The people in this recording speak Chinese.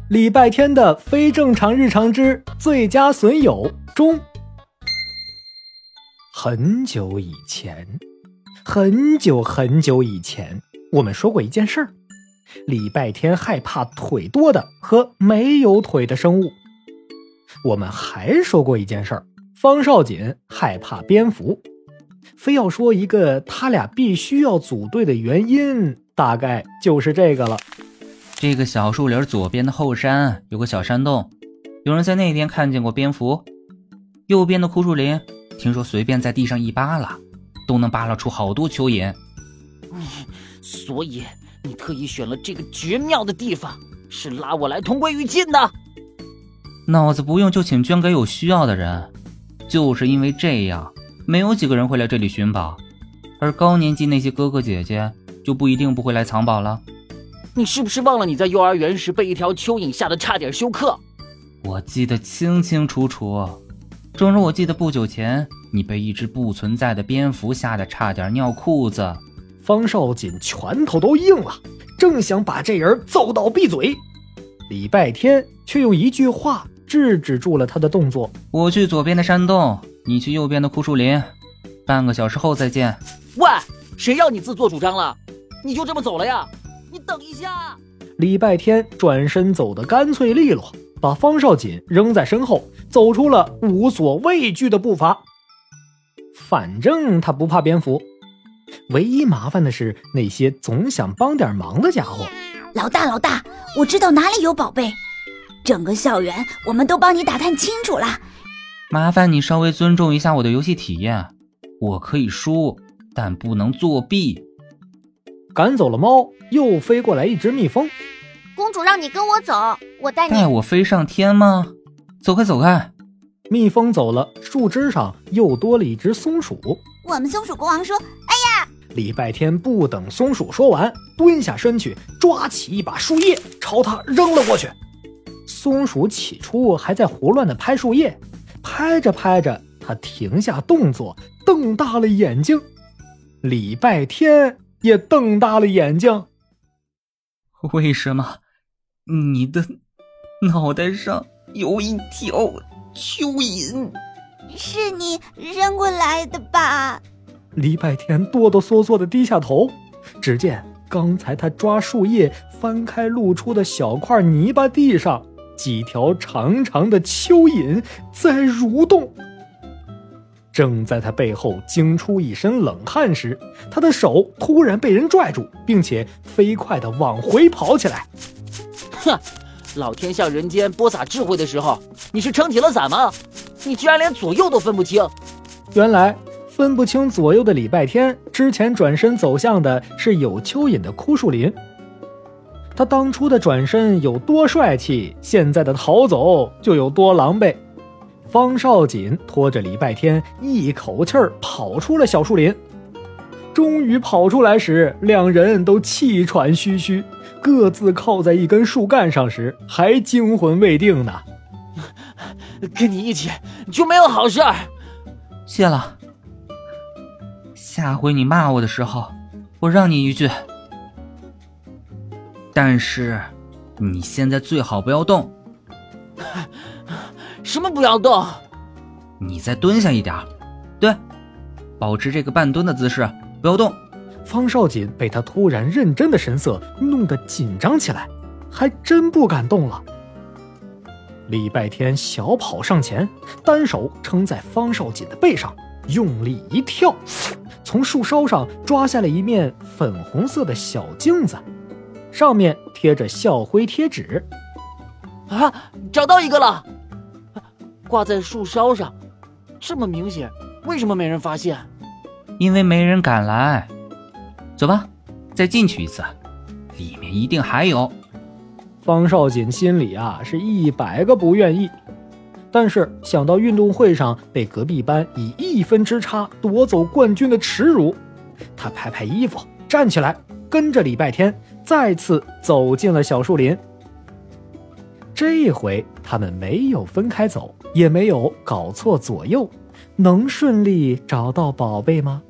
礼拜天的非正常日常之最佳损友中。很久以前，很久很久以前，我们说过一件事儿：礼拜天害怕腿多的和没有腿的生物。我们还说过一件事儿：方少锦害怕蝙蝠。非要说一个他俩必须要组队的原因，大概就是这个了。 这个小树林左边的后山有个小山洞，有人在那边看见过蝙蝠。右边的枯树林，听说随便在地上一扒拉，都能扒拉出好多蚯蚓。 所以你特意选了这个绝妙的地方，是拉我来同归于尽的。 脑子不用就请捐给有需要的人，就是因为这样，没有几个人会来这里寻宝，而高年级那些哥哥姐姐就不一定不会来藏宝了。 你是不是忘了你在幼儿园时被一条蚯蚓吓得差点休克？ 我记得清清楚楚，正如我记得不久前你被一只不存在的蝙蝠吓得差点尿裤子。 方少锦拳头都硬了，正想把这人揍到闭嘴，礼拜天却用一句话制止住了他的动作。 我去左边的山洞，你去右边的枯树林，半个小时后再见。 喂，谁要你自作主张了？你就这么走了呀？你等一下！ 礼拜天转身走得干脆利落，把方少锦扔在身后，走出了无所畏惧的步伐。反正他不怕蝙蝠，唯一麻烦的是那些总想帮点忙的家伙。 老大，我知道哪里有宝贝，整个校园我们都帮你打探清楚了。 麻烦你稍微尊重一下我的游戏体验，我可以输，但不能作弊。 赶走了猫，又飞过来一只蜜蜂。 公主让你跟我走，我带你。 带我飞上天吗？走开走开。 蜜蜂走了，树枝上又多了一只松鼠。 我们松鼠国王说，哎呀！ 礼拜天不等松鼠说完，蹲下身去，抓起一把树叶朝他扔了过去。松鼠起初还在胡乱地拍树叶，拍着拍着，他停下动作，瞪大了眼睛。礼拜天也瞪大了眼睛。 为什么你的脑袋上有一条蚯蚓？ 是你扔过来的吧？ 礼拜天哆哆嗦嗦地低下头，只见刚才他抓树叶翻开露出的小块泥巴地上，几条长长的蚯蚓在蠕动。正在他背后惊出一身冷汗时，他的手突然被人拽住，并且飞快地往回跑起来。 哼，老天向人间播撒智慧的时候，你是撑起了伞吗？你居然连左右都分不清。 原来分不清左右的礼拜天之前转身走向的是有蚯蚓的枯树林。他当初的转身有多帅气，现在的逃走就有多狼狈。方少锦拖着礼拜天一口气儿跑出了小树林。终于跑出来时，两人都气喘吁吁，各自靠在一根树干上时还惊魂未定呢。 跟你一起就没有好事儿。 谢了，下回你骂我的时候，我让你一句。但是你现在最好不要动。 什么不要动？ 你再蹲下一点，对，保持这个半蹲的姿势，不要动。 方少锦被他突然认真的神色弄得紧张起来，还真不敢动了。礼拜天小跑上前，单手撑在方少锦的背上，用力一跳，从树梢上抓下了一面粉红色的小镜子，上面贴着校徽贴纸。 啊，找到一个了！挂在树梢上，这么明显，为什么没人发现？ 因为没人敢来。走吧，再进去一次，里面一定还有。 方少锦心里是100个不愿意，但是想到运动会上被隔壁班以1分之差夺走冠军的耻辱，他拍拍衣服站起来，跟着礼拜天再次走进了小树林。这回他们没有分开走，也没有搞错左右，能顺利找到宝贝吗？